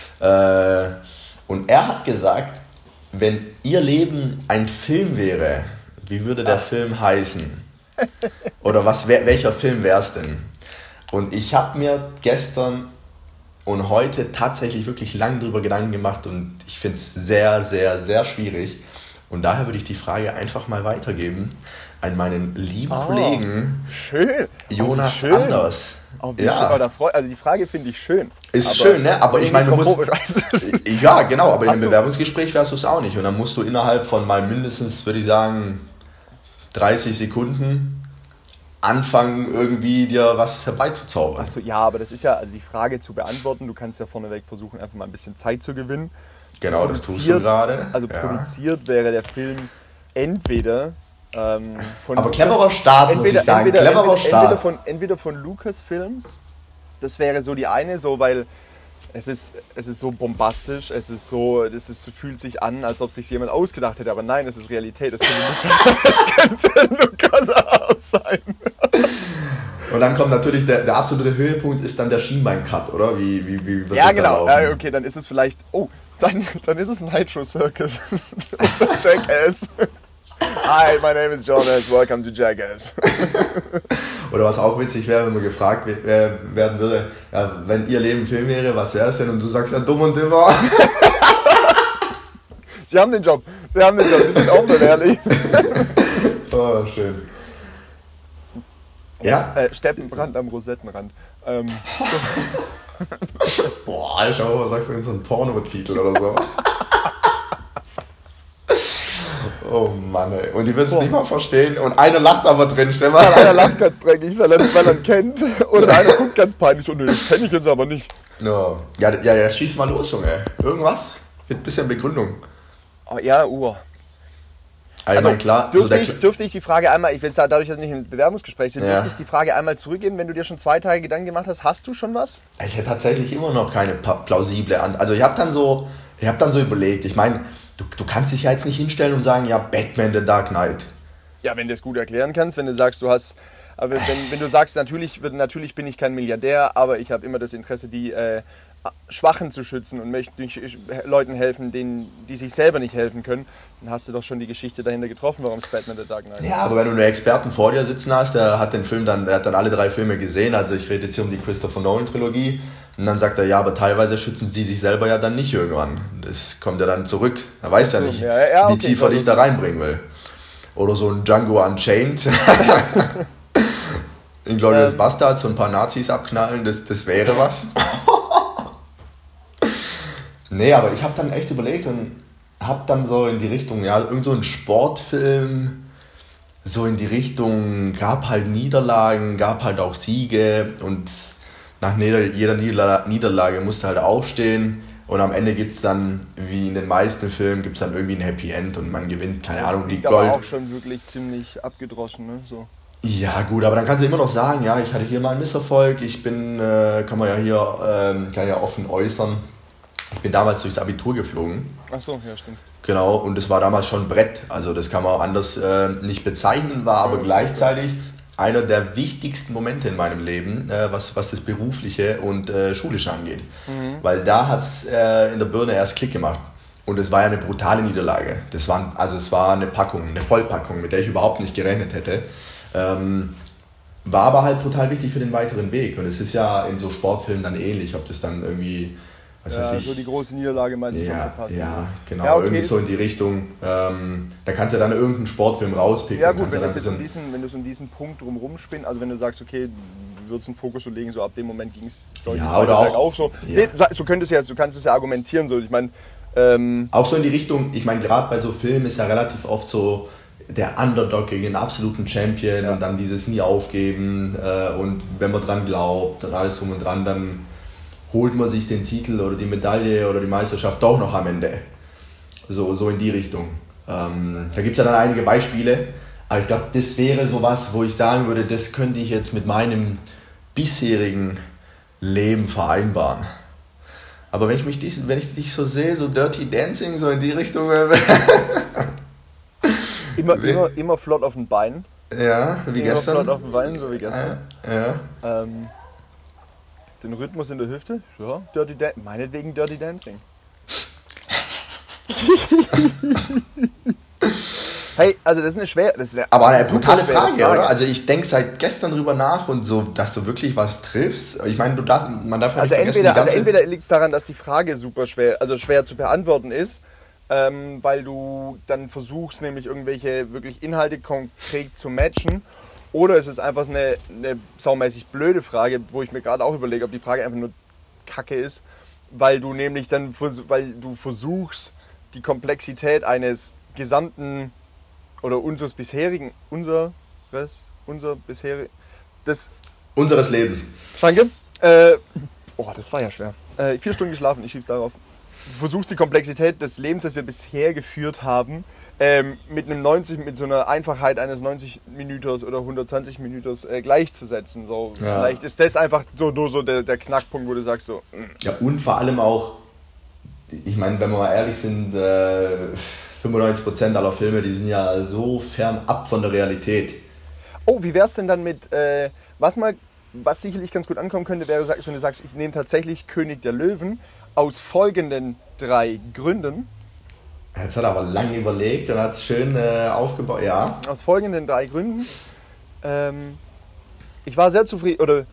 Und er hat gesagt, wenn ihr Leben ein Film wäre, wie würde der Film heißen? Oder welcher Film wäre es denn? Und ich habe mir gestern und heute tatsächlich wirklich lang drüber Gedanken gemacht und ich finde es sehr, sehr, sehr schwierig. Und daher würde ich die Frage einfach mal weitergeben an meinen lieben Kollegen Schön. Jonas schön. Anders. Ja. Also die Frage finde ich schön. Ist schön, ne? Aber ich meine, du musst. vorbereitet. Ja, genau, aber in einem Hast du- Bewerbungsgespräch wärst du es auch nicht. Und dann musst du innerhalb von mal mindestens, würde ich sagen, 30 Sekunden anfangen, irgendwie dir was herbeizuzaubern. Achso, ja, aber das ist ja, also die Frage zu beantworten, du kannst ja vorneweg versuchen, einfach mal ein bisschen Zeit zu gewinnen. Genau, das tust du gerade. Also Ja. produziert wäre der Film entweder von Aber cleverer Start, muss ich sagen. Cleverer Start. Entweder von Lucasfilms, das wäre so die eine, so weil es ist so bombastisch, fühlt sich an, als ob sich jemand ausgedacht hätte, aber nein, es ist Realität, es könnte Lukas Art sein. Und dann kommt natürlich der absolute Höhepunkt, ist dann der Schienbein-Cut, oder? Wie wird Ja, das dann genau. laufen? Ja, okay, dann ist es vielleicht. Oh, dann ist es Nitro Circus unter Jackass. Hi, my name is Jonas. Welcome to Jackass. Oder was auch witzig wäre, wenn man gefragt werden würde, ja, wenn ihr Leben Film wäre, was wäre es denn? Und du sagst ja dumm und dümmer. Sie haben den Job. Sie sind auch nur ehrlich. Oh, schön. Ja? Steppenbrand am Rosettenrand. Boah, schau, was sagst du denn so einen Pornotitel oder so? Oh Mann, ey. Und die würden es nicht mal verstehen. Und einer lacht aber drin, stell mal. Einer lacht ganz dreckig, weil er ihn kennt. Oder einer guckt ganz peinlich so, nee, das kenne ich jetzt aber nicht. No. Ja, schieß mal los, Junge. Irgendwas? Mit bisschen Begründung. Oh, ja, Also, klar. so Dürfte ich die Frage einmal, ich will jetzt dadurch, dass wir nicht im Bewerbungsgespräch sind, Ja. dürfte ich die Frage einmal zurückgeben, wenn du dir schon 2 Tage Gedanken gemacht hast, hast du schon was? Ich hätte tatsächlich immer noch keine plausible Antwort. Also ich habe dann so überlegt, ich meine, du kannst dich ja jetzt nicht hinstellen und sagen, ja, Batman, The Dark Knight. Ja, wenn du es gut erklären kannst, wenn du sagst, du hast, aber wenn du sagst, natürlich bin ich kein Milliardär, aber ich habe immer das Interesse, die Schwachen zu schützen und möchte nicht Leuten helfen, die sich selber nicht helfen können, dann hast du doch schon die Geschichte dahinter getroffen, warum es Batman The Dark Knight ist. Ja, aber wenn du einen Experten vor dir sitzen hast, der hat dann alle 3 Filme gesehen, also ich rede jetzt hier um die Christopher Nolan Trilogie, und dann sagt er, ja, aber teilweise schützen sie sich selber ja dann nicht irgendwann. Das kommt ja dann zurück. Er weiß ja nicht, wie tiefer dich da reinbringen will. Oder so ein Django Unchained. Inglourious Basterds, so ein paar Nazis abknallen, das wäre was. Nee, aber ich habe dann echt überlegt und habe dann so in die Richtung, ja, irgend so ein Sportfilm, so in die Richtung, gab halt Niederlagen, gab halt auch Siege und nach jeder Niederlage musste halt aufstehen und am Ende gibt es dann, wie in den meisten Filmen, gibt es dann irgendwie ein Happy End und man gewinnt, keine Ahnung, die Gold. Aber auch schon wirklich ziemlich abgedroschen, ne? So. Ja gut, aber dann kannst du immer noch sagen, ja, ich hatte hier mal einen Misserfolg, ich bin, kann ja offen äußern, ich bin damals durchs Abitur geflogen. Ach so, ja stimmt. Genau, und es war damals schon ein Brett, also das kann man auch anders nicht bezeichnen, war aber gleichzeitig einer der wichtigsten Momente in meinem Leben, was das Berufliche und Schulische angeht. Weil da hat es in der Birne erst Klick gemacht. Und es war ja eine brutale Niederlage. es war eine Packung, eine Vollpackung, mit der ich überhaupt nicht gerechnet hätte. War aber halt total wichtig für den weiteren Weg. Und es ist ja in so Sportfilmen dann ähnlich, ob das dann irgendwie, was weiß ich. So die große Niederlage meinst du schon verpasst. Ja, genau, ja, okay. Irgendwie so in die Richtung. Da kannst du ja dann irgendeinen Sportfilm rauspicken. Ja gut, wenn du so in diesem Punkt drumherum spinnst, also wenn du sagst, okay, du würdest einen Fokus so legen, so ab dem Moment ging es deutlich weiter auch so. Ja. Nee, du kannst es ja argumentieren, so, ich meine. Auch so in die Richtung, ich meine, gerade bei so Filmen ist ja relativ oft so der Underdog gegen den absoluten Champion und dann dieses nie aufgeben und wenn man dran glaubt und alles drum und dran, dann holt man sich den Titel oder die Medaille oder die Meisterschaft doch noch am Ende. So in die Richtung. Da gibt es ja dann einige Beispiele, aber ich glaube, das wäre sowas, wo ich sagen würde, das könnte ich jetzt mit meinem bisherigen Leben vereinbaren. Aber wenn ich dich so sehe, so Dirty Dancing, so in die Richtung. Immer flott auf den Beinen. Ja, wie immer gestern. Flott auf den Beinen, so wie gestern. Ja. Den Rhythmus in der Hüfte, ja, meinetwegen Dirty Dancing. Hey, also das ist aber eine brutale Frage, oder? Also ich denke seit gestern drüber nach und so, dass du wirklich was triffst. Ich meine, man darf ja nicht vergessen, entweder liegt es daran, dass die Frage super schwer zu beantworten ist, weil du dann versuchst, nämlich irgendwelche wirklich Inhalte konkret zu matchen, oder es ist einfach eine saumäßig blöde Frage, wo ich mir gerade auch überlege, ob die Frage einfach nur Kacke ist, weil du nämlich versuchst, die Komplexität eines gesamten oder unseres Lebens. Danke. Das war ja schwer. 4 Stunden geschlafen, ich schieb's darauf. Du versuchst die Komplexität des Lebens, das wir bisher geführt haben, mit so einer Einfachheit eines 90 Minüters oder 120 Minüters gleichzusetzen. So, ja. Vielleicht ist das einfach so der Knackpunkt, wo du sagst so. Ja, und vor allem auch, ich meine, wenn wir mal ehrlich sind, 95% aller Filme, die sind ja so fernab von der Realität. Oh, wie wär's denn dann mit, was sicherlich ganz gut ankommen könnte, wäre, wenn du sagst, ich nehme tatsächlich König der Löwen aus folgenden 3 Gründen. Jetzt hat er aber lange überlegt und hat es schön aufgebaut, ja. Aus folgenden 3 Gründen. Ich war sehr zufrieden, oder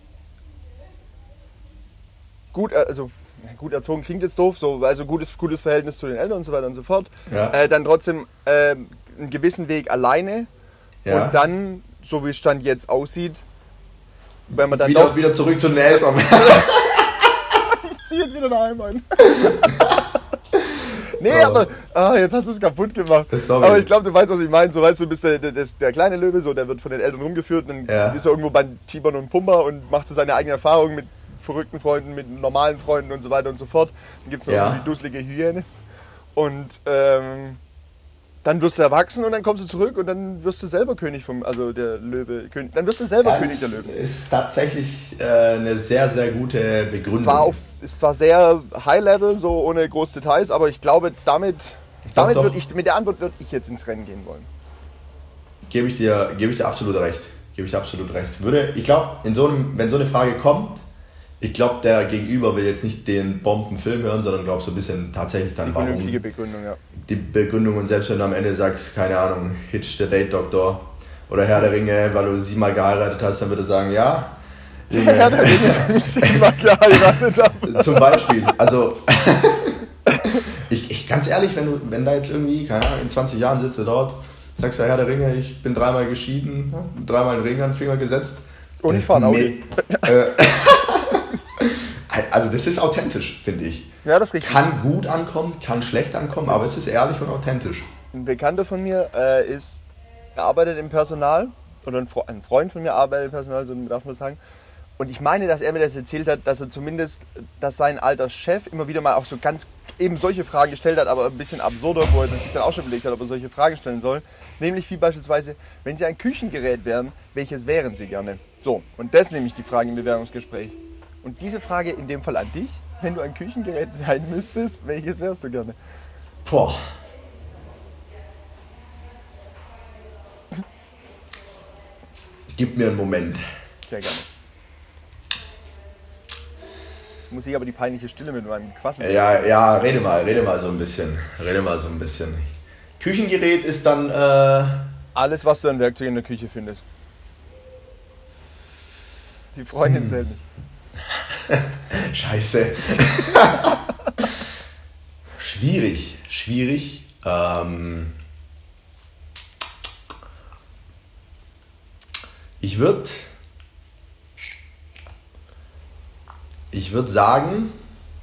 gut erzogen klingt jetzt doof, so, also gutes Verhältnis zu den Eltern und so weiter und so fort. Ja. Dann trotzdem einen gewissen Weg alleine und dann, so wie es Stand jetzt aussieht, wenn man dann wieder zurück zu den Eltern. Ich ziehe jetzt wieder daheim ein. Nee, aber jetzt hast du es kaputt gemacht. Sorry. Aber ich glaube, du weißt, was ich meine. So, weißt du, bist der kleine Löwe, so, der wird von den Eltern rumgeführt und dann bist du irgendwo bei Timon und Pumba und machst so seine eigenen Erfahrungen mit verrückten Freunden, mit normalen Freunden und so weiter und so fort. Dann gibt es noch die dusselige Hyäne. Und dann wirst du erwachsen und dann kommst du zurück und dann wirst du selber König der Löwe. Dann wirst du selber König der Löwen. Das ist tatsächlich eine sehr, sehr gute Begründung. Ist zwar sehr High-Level, so ohne große Details, aber ich glaube, mit der Antwort würde ich jetzt ins Rennen gehen wollen. Gebe ich dir absolut recht. Ich glaube, wenn so eine Frage kommt, Ich glaube, der Gegenüber will jetzt nicht den Bombenfilm hören, sondern glaube so ein bisschen tatsächlich dann Die vernünftige Begründung, ja. Die Begründung, und selbst wenn du am Ende sagst, keine Ahnung, Hitch, der Date-Doktor oder Herr der Ringe, weil du 7-mal geheiratet hast, dann würde er sagen, ja. Der Herr der Ringe, weil ich 7-mal geheiratet habe. Zum Beispiel, also ich ganz ehrlich, wenn da jetzt irgendwie, keine Ahnung, in 20 Jahren sitzt du dort, sagst du, Herr der Ringe, ich bin 3-mal geschieden, 3-mal einen Ring an den Finger gesetzt. Und ich fahre ein Audi. Also das ist authentisch, finde ich. Ja, das ist richtig. Kann gut ankommen, kann schlecht ankommen, aber es ist ehrlich und authentisch. Ein Bekannter von mir er arbeitet im Personal, oder ein Freund von mir arbeitet im Personal, so darf man sagen. Und ich meine, dass er mir das erzählt hat, dass sein alter Chef immer wieder mal auch so ganz eben solche Fragen gestellt hat, aber ein bisschen absurder, wo er sich dann auch schon überlegt hat, ob er solche Fragen stellen soll. Nämlich wie beispielsweise, wenn Sie ein Küchengerät wären, welches wären Sie gerne? So, und das ist nämlich die Frage im Bewerbungsgespräch. Und diese Frage in dem Fall an dich, wenn du ein Küchengerät sein müsstest, welches wärst du gerne? Boah. Gib mir einen Moment. Sehr gerne. Jetzt muss ich aber die peinliche Stille mit meinem Quassen. Ja, rede mal so ein bisschen. Küchengerät ist dann alles, was du an Werkzeug in der Küche findest. Die Freundin zählt nicht. Scheiße. Schwierig. Ich würde sagen,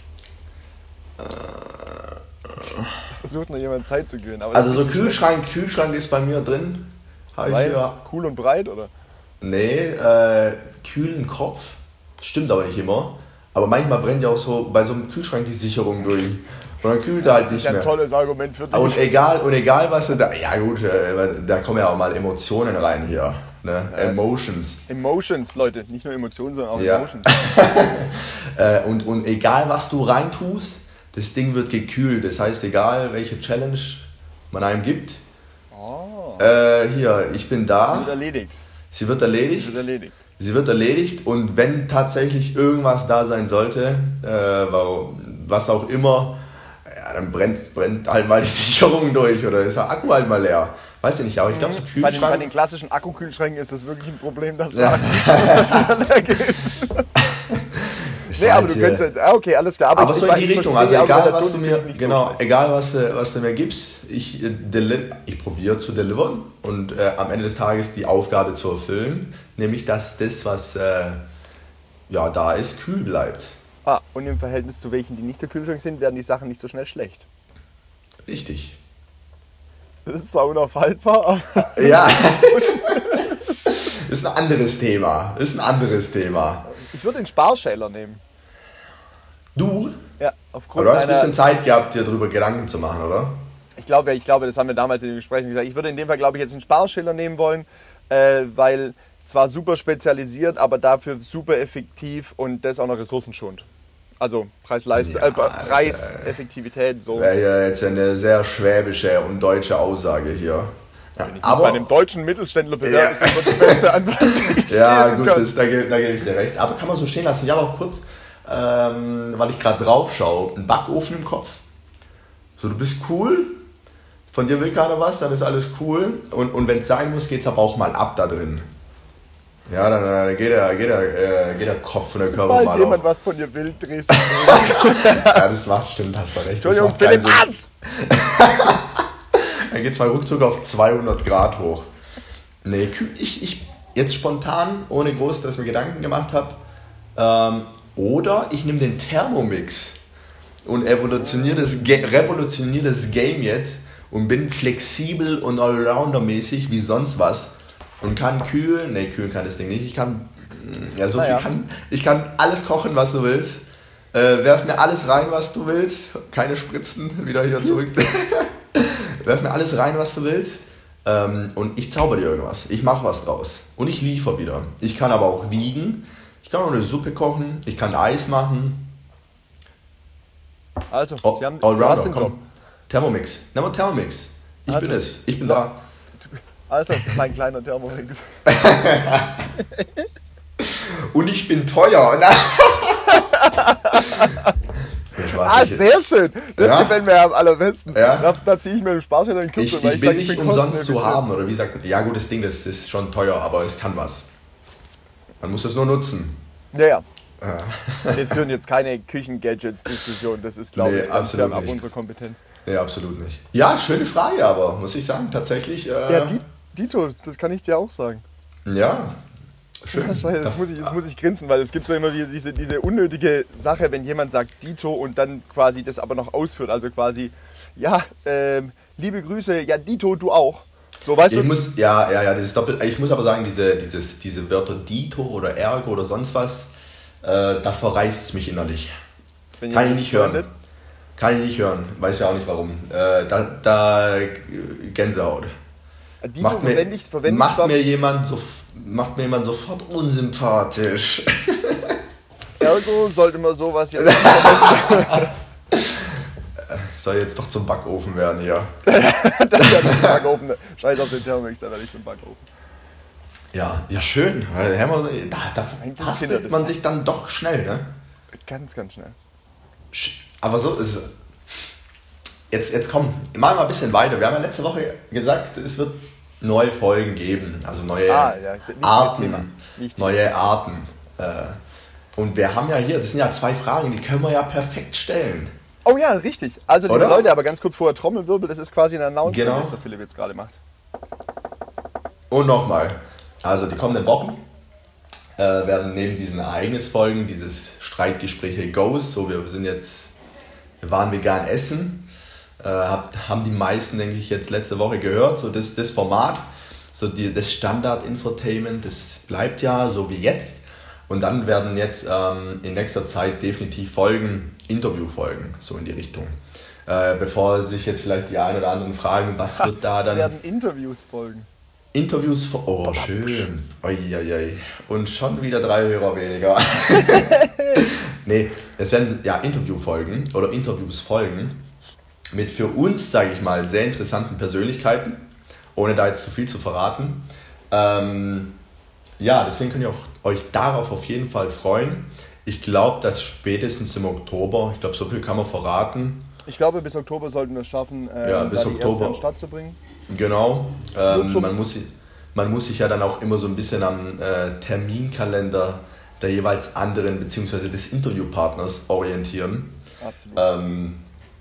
Versucht noch jemand Zeit zu gewinnen. Aber also so Kühlschrank ist bei mir drin. Weil cool und breit, oder? Nee, kühlen Kopf. Stimmt aber nicht immer. Aber manchmal brennt ja auch so bei so einem Kühlschrank die Sicherung durch. Und dann kühlt er halt nicht mehr. Das ist ein tolles Argument für dich. Und egal was du da... Ja gut, da kommen ja auch mal Emotionen rein hier. Ne? Ja, Emotions. Emotions, Leute. Nicht nur Emotionen, sondern auch ja. Emotions. und egal was du reintust, das Ding wird gekühlt. Das heißt, egal welche Challenge man einem gibt. Hier, ich bin da. Sie wird erledigt. Und wenn tatsächlich irgendwas da sein sollte, was auch immer, ja, dann brennt halt mal die Sicherung durch oder ist der Akku halt mal leer. Weiß ich nicht, aber ich glaube, so Kühlschrank... Bei den klassischen Akkukühlschränken ist das wirklich ein Problem, dass der Akku leer geht. Nee, aber du könntest ja, okay, alles klar. Aber so in die Richtung, also egal was du mir, egal was du mir gibst, ich probiere zu delivern und am Ende des Tages die Aufgabe zu erfüllen, nämlich dass das, was da ist, kühl bleibt. Und im Verhältnis zu welchen, die nicht der Kühlschrank sind, werden die Sachen nicht so schnell schlecht. Richtig. Das ist zwar unaufhaltbar, aber... Ja, ist ein anderes Thema. Ich würde den Sparschäler nehmen. Du? Ja, aufgrund aber du hast ein bisschen Zeit gehabt, dir darüber Gedanken zu machen, oder? Ich glaube, das haben wir damals in den Gesprächen gesagt. Ich würde in dem Fall, glaube ich, jetzt einen Sparschäler nehmen wollen, weil zwar super spezialisiert, aber dafür super effektiv und das auch noch ressourcenschonend. Also Preis-Effektivität. So. Wäre ja jetzt eine sehr schwäbische und deutsche Aussage hier. Ja, wenn ich aber bei einem deutschen Mittelständler bewerbe, ist das die beste Antwort. Ja, gut, da gebe ich dir recht. Aber kann man so stehen lassen. Ich habe auch kurz, weil ich gerade drauf schaue, einen Backofen im Kopf. So, du bist cool, von dir will keiner was, dann ist alles cool. Und wenn es sein muss, geht es aber auch mal ab da drin. Ja, dann geht der Kopf von der Körper mal auf. Sobald jemand was von dir will, drehst du. Ja, das macht, stimmt, hast du recht. Entschuldigung, Philipp, was? Dann geht es mal ruckzuck auf 200 Grad hoch. Nee, ich jetzt spontan, ohne groß, dass ich mir Gedanken gemacht habe, oder ich nehme den Thermomix und revolutioniere das Game jetzt und bin flexibel und allrounder-mäßig wie sonst was und kann kühlen kann das Ding nicht, ich kann alles kochen, was du willst, werf mir alles rein, was du willst, keine Spritzen, wieder hier zurück. Werf mir alles rein, was du willst, und ich zauber dir irgendwas. Ich mache was draus. Und ich liefere wieder. Ich kann aber auch wiegen. Ich kann auch eine Suppe kochen. Ich kann Eis machen. Also, Sie haben Allrounder, komm. Thermomix. Nimm mal Thermomix. Ich bin da. Also, mein kleiner Thermomix. Und ich bin teuer. Sehr schön. Das gefällt mir am allerbesten. Ja. Da ziehe ich mir den Sparschwein in den Kürzeren, weil ich bin nicht umsonst zu haben. Oder wie sagt, ja gut, das Ding, das ist schon teuer, aber es kann was. Man muss es nur nutzen. Ja. Wir führen jetzt keine Küchen-Gadgets-Diskussion. Das ist, glaube ich, absolut ab unserer Kompetenz. Nee, absolut nicht. Ja, schöne Frage aber, muss ich sagen, tatsächlich. Ja, Dito, das kann ich dir auch sagen. Ja, schön. Ja, jetzt muss ich grinsen, weil es gibt so immer wieder diese unnötige Sache, wenn jemand sagt Dito und dann quasi das aber noch ausführt. Also quasi, ja, liebe Grüße, ja, Dito, du auch. So, weißt du? Das ist doppelt. Ich muss aber sagen, diese Wörter Dito oder Ergo oder sonst was, da verreißt es mich innerlich. Kann ich nicht hören. Weiß ja auch nicht warum. Da Gänsehaut. Dito macht mir jemand sofort unsympathisch. Ergo sollte man sowas jetzt soll jetzt doch zum Backofen werden hier. Das ist ja zum Backofen. Scheiß auf den Thermomix, aber nicht zum Backofen. Ja, schön. Da tastet man sich dann doch schnell, ne? Ganz, ganz schnell. Aber so ist es. Jetzt komm, mal ein bisschen weiter. Wir haben ja letzte Woche gesagt, es wird neue Folgen geben, also neue Arten. Neue Arten. Und wir haben ja hier, das sind ja 2 Fragen, die können wir ja perfekt stellen. Oh ja, richtig. Also liebe Leute, aber ganz kurz vorher Trommelwirbel, das ist quasi ein Announcement, was der Philipp jetzt gerade macht. Und nochmal, also die kommenden Wochen werden neben diesen Ereignisfolgen, dieses Streitgespräche Goes, so wir waren vegan essen, haben die meisten, denke ich, jetzt letzte Woche gehört, so das Format, so das Standard-Infotainment, das bleibt ja so wie jetzt. Und dann werden jetzt in nächster Zeit definitiv Interviewfolgen, so in die Richtung. Bevor sich jetzt vielleicht die einen oder anderen fragen, was wird da dann... Es werden Interviews folgen. Oh, schön. Uiuiui. Und schon wieder 3 Hörer weniger. Nee, es werden Interviewfolgen oder Interviews folgen mit für uns, sage ich mal, sehr interessanten Persönlichkeiten, ohne da jetzt zu viel zu verraten. Deswegen könnt ihr euch darauf auf jeden Fall freuen. Ich glaube, dass spätestens im Oktober, ich glaube, so viel kann man verraten. Ich glaube, bis Oktober sollten wir es schaffen, bis Oktober die erste an den Start zu bringen. Genau. Man muss sich ja dann auch immer so ein bisschen am Terminkalender der jeweils anderen bzw. des Interviewpartners orientieren. Absolut.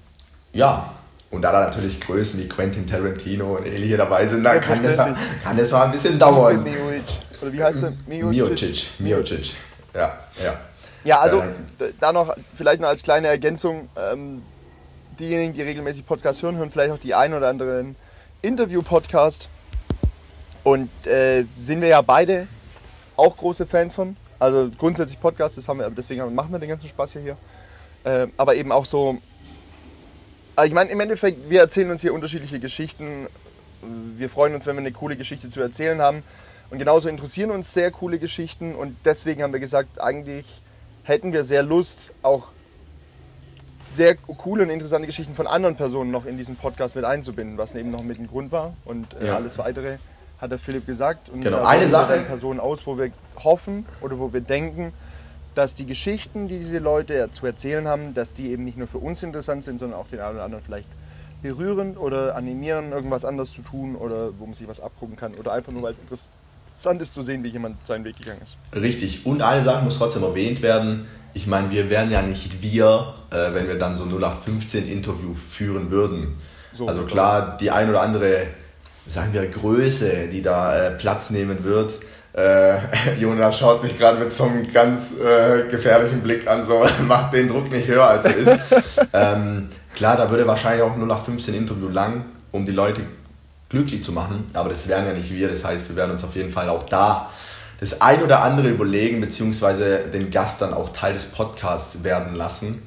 Und da natürlich Größen wie Quentin Tarantino und ähnliche dabei sind, dann kann das mal ein bisschen dauern. Oder wie heißt der? Miocic. Ja. Ja, also da noch vielleicht noch als kleine Ergänzung, diejenigen, die regelmäßig Podcasts hören vielleicht auch die ein oder anderen Interview-Podcast. Und sind wir ja beide auch große Fans von. Also grundsätzlich Podcasts, deswegen machen wir den ganzen Spaß hier. Aber eben auch so, ich meine, im Endeffekt, wir erzählen uns hier unterschiedliche Geschichten. Wir freuen uns, wenn wir eine coole Geschichte zu erzählen haben. Und genauso interessieren uns sehr coole Geschichten. Und deswegen haben wir gesagt, eigentlich hätten wir sehr Lust, auch sehr coole und interessante Geschichten von anderen Personen noch in diesen Podcast mit einzubinden, was eben noch mit dem Grund war. Und alles Weitere hat der Philipp gesagt. Und genau, eine Sache. Personen aus, wo wir hoffen oder wo wir denken, dass die Geschichten, die diese Leute zu erzählen haben, dass die eben nicht nur für uns interessant sind, sondern auch den einen oder anderen vielleicht berühren oder animieren, irgendwas anderes zu tun oder wo man sich was abgucken kann oder einfach nur, weil es interessant ist zu sehen, wie jemand seinen Weg gegangen ist. Richtig. Und eine Sache muss trotzdem erwähnt werden. Ich meine, wir wären ja nicht wenn wir dann so 0815 Interview führen würden. So, also klar, die ein oder andere, sagen wir, Größe, die da Platz nehmen wird. Jonas schaut mich gerade mit so einem ganz gefährlichen Blick an, so macht den Druck nicht höher, als er ist. Klar, da würde wahrscheinlich auch 0815 Interview lang, um die Leute glücklich zu machen, aber das wären ja nicht wir, das heißt, wir werden uns auf jeden Fall auch da das ein oder andere überlegen, beziehungsweise den Gast dann auch Teil des Podcasts werden lassen.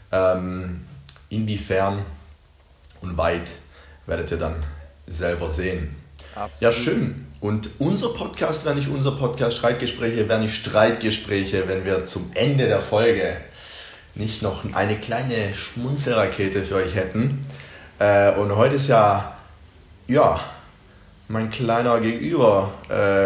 Inwiefern und weit werdet ihr dann selber sehen. Absolut. Ja, schön. Und unser Podcast wäre nicht unser Podcast, Streitgespräche wären nicht Streitgespräche, wenn wir zum Ende der Folge nicht noch eine kleine Schmunzelrakete für euch hätten. Und heute ist ja, mein kleiner Gegenüber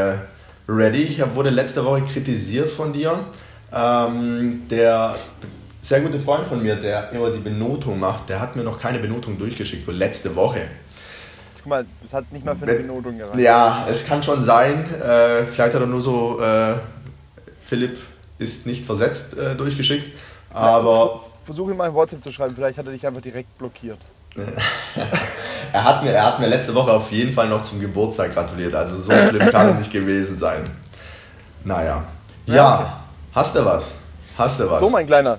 ready. Ich wurde letzte Woche kritisiert von dir. Der sehr guter Freund von mir, der immer die Benotung macht, der hat mir noch keine Benotung durchgeschickt für letzte Woche. Guck mal, das hat nicht mal für eine Benotung gereicht. Ja, es kann schon sein. Vielleicht hat er nur so Philipp ist nicht versetzt durchgeschickt. Aber versuche ihm mal ein WhatsApp zu schreiben, vielleicht hat er dich einfach direkt blockiert. er hat mir letzte Woche auf jeden Fall noch zum Geburtstag gratuliert, also so schlimm kann er nicht gewesen sein. Naja. Ja, okay. Hast du was? So, mein kleiner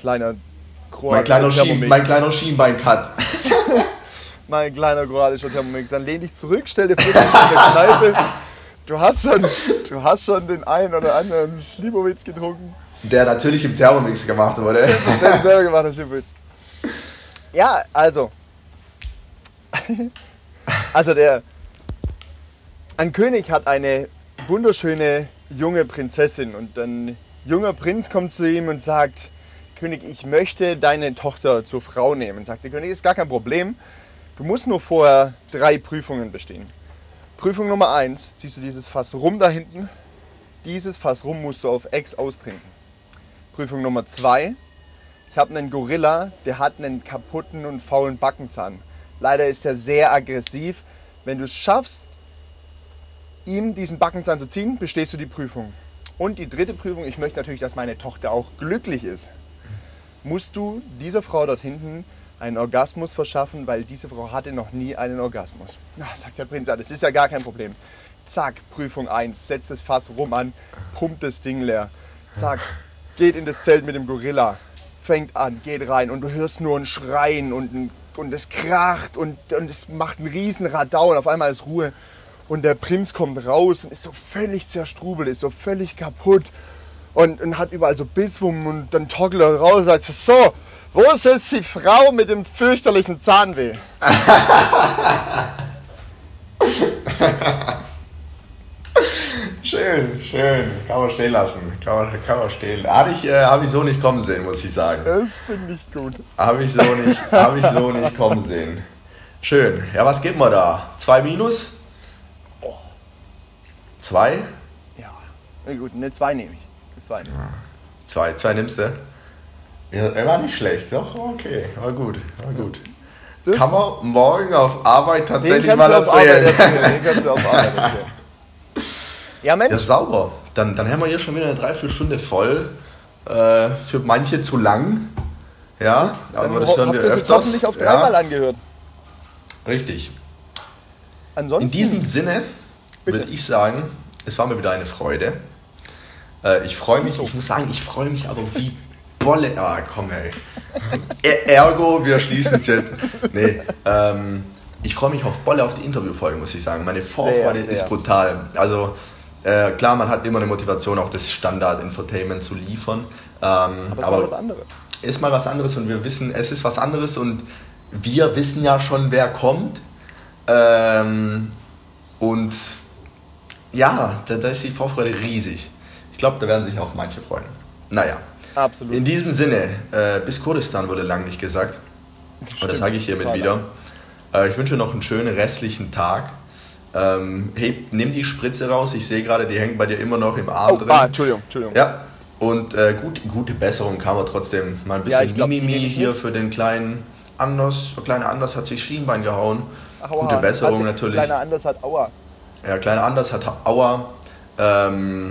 Schienbein-Cut. Mein kleiner kroatischer Thermomix. Dann lehn dich zurück, stell dir vor, du bist in der Kneipe. Du hast schon den einen oder anderen Schlibowitz getrunken. Der natürlich im Thermomix gemacht wurde. Der selber gemacht, der Schlibowitz. Ja, also ein König hat eine wunderschöne junge Prinzessin und ein junger Prinz kommt zu ihm und sagt: König, ich möchte deine Tochter zur Frau nehmen. Sagt der König, ist gar kein Problem. Du musst nur vorher 3 Prüfungen bestehen. Prüfung Nummer 1, siehst du dieses Fass Rum da hinten? Dieses Fass Rum musst du auf Ex austrinken. Prüfung Nummer 2, ich habe einen Gorilla, der hat einen kaputten und faulen Backenzahn. Leider ist er sehr aggressiv. Wenn du es schaffst, ihm diesen Backenzahn zu ziehen, bestehst du die Prüfung. Und die 3. Prüfung, ich möchte natürlich, dass meine Tochter auch glücklich ist. Musst du dieser Frau dort hinten einen Orgasmus verschaffen, weil diese Frau hatte noch nie einen Orgasmus. Ach, sagt der Prinz, das ist ja gar kein Problem. Zack, Prüfung 1, setzt das Fass Rum an, pumpt das Ding leer. Zack, geht in das Zelt mit dem Gorilla, fängt an, geht rein und du hörst nur ein Schreien und es kracht und es macht einen riesen Radau und auf einmal ist Ruhe. Und der Prinz kommt raus und ist so völlig zerstrubelt, ist so völlig kaputt und hat überall so Bisswunden und dann toggelt er raus und sagt so, wo ist jetzt die Frau mit dem fürchterlichen Zahnweh? Schön. Kann man stehen lassen. Kann man stehen. Habe ich so nicht kommen sehen, muss ich sagen. Das finde ich gut. Habe ich so nicht kommen sehen. Schön. Ja, was gibt man da? 2 minus? 2? Ja. Na gut, eine 2 nehme ich. 2 nimmst du? Ja, er war nicht schlecht, doch, okay, war gut. Das kann man morgen auf Arbeit tatsächlich mal erzählen. Den kannst du auf Arbeit erzählen. Ja, Mensch. Ja, sauber. Dann haben wir hier schon wieder eine Dreiviertelstunde voll. Für manche zu lang. Ja, aber das hören wir öfters. Jetzt hoffentlich auf 3-mal angehört. Richtig. Ansonsten, in diesem Sinne würde ich sagen, es war mir wieder eine Freude. Ich freue mich, ich muss sagen, ich freue mich aber wie Bolle. Ah, komm, ey. Ergo, wir schließen es jetzt. Nee, ich freue mich auf Bolle auf die Interviewfolge, muss ich sagen. Meine Vorfreude ist brutal. Also, klar, man hat immer eine Motivation, auch das Standard-Infotainment zu liefern. Aber ist mal was anderes. Ist mal was anderes und wir wissen, es ist was anderes und wir wissen ja schon, wer kommt. Und ja, da ist die Vorfreude riesig. Ich glaube, da werden sich auch manche freuen. Naja. Absolut. In diesem Sinne, bis Kurdistan wurde lang nicht gesagt. Und das sage ich hiermit wieder. Ich wünsche noch einen schönen restlichen Tag. Nimm die Spritze raus. Ich sehe gerade, die hängt bei dir immer noch im Arm drin. Entschuldigung. Ja. Und gute Besserung kann man trotzdem. Mal ein bisschen Mimimi hier für den kleinen Anders. Der kleine Anders hat sich Schienbein gehauen. Gute Besserung natürlich. Kleiner Anders hat Aua. Ja, kleiner Anders hat Aua. Ja.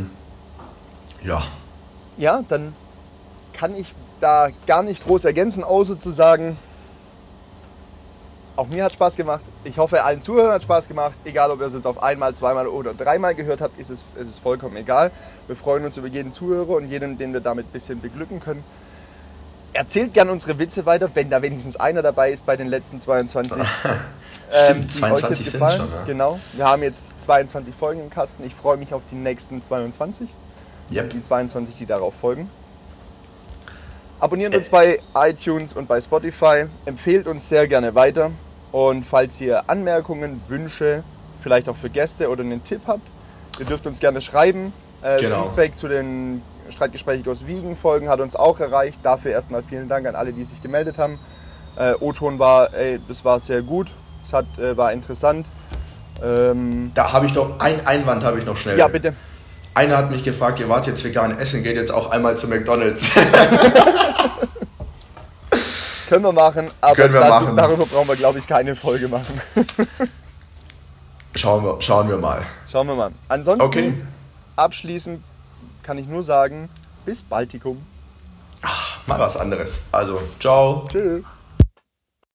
Ja, dann kann ich da gar nicht groß ergänzen, außer zu sagen, auch mir hat Spaß gemacht. Ich hoffe, allen Zuhörern hat Spaß gemacht. Egal, ob ihr es jetzt auf 1-mal, 2-mal oder 3-mal gehört habt, ist es vollkommen egal. Wir freuen uns über jeden Zuhörer und jeden, den wir damit ein bisschen beglücken können. Erzählt gerne unsere Witze weiter, wenn da wenigstens einer dabei ist bei den letzten 22. Stimmt, 22 sind schon. Ja. Genau, wir haben jetzt 22 Folgen im Kasten. Ich freue mich auf die nächsten 22. Yep. Die 22, die darauf folgen. Abonniert uns bei iTunes und bei Spotify. Empfehlt uns sehr gerne weiter. Und falls ihr Anmerkungen, Wünsche, vielleicht auch für Gäste oder einen Tipp habt, ihr dürft uns gerne schreiben. Genau. Feedback zu den Streitgespräche aus Wiegen Folgen hat uns auch erreicht. Dafür erstmal vielen Dank an alle, die sich gemeldet haben. O-Ton das war sehr gut. Es war interessant. Da habe ich doch einen Einwand noch schnell. Ja, bitte. Einer hat mich gefragt, ihr wart jetzt vegan essen, geht jetzt auch einmal zu McDonald's. Können wir machen, aber Können wir machen. darüber brauchen wir, glaube ich, keine Folge machen. Schauen wir mal. Schauen wir mal. Ansonsten, Okay. abschließend kann ich nur sagen, bis Baltikum. Mal was anderes. Also, ciao. Tschüss.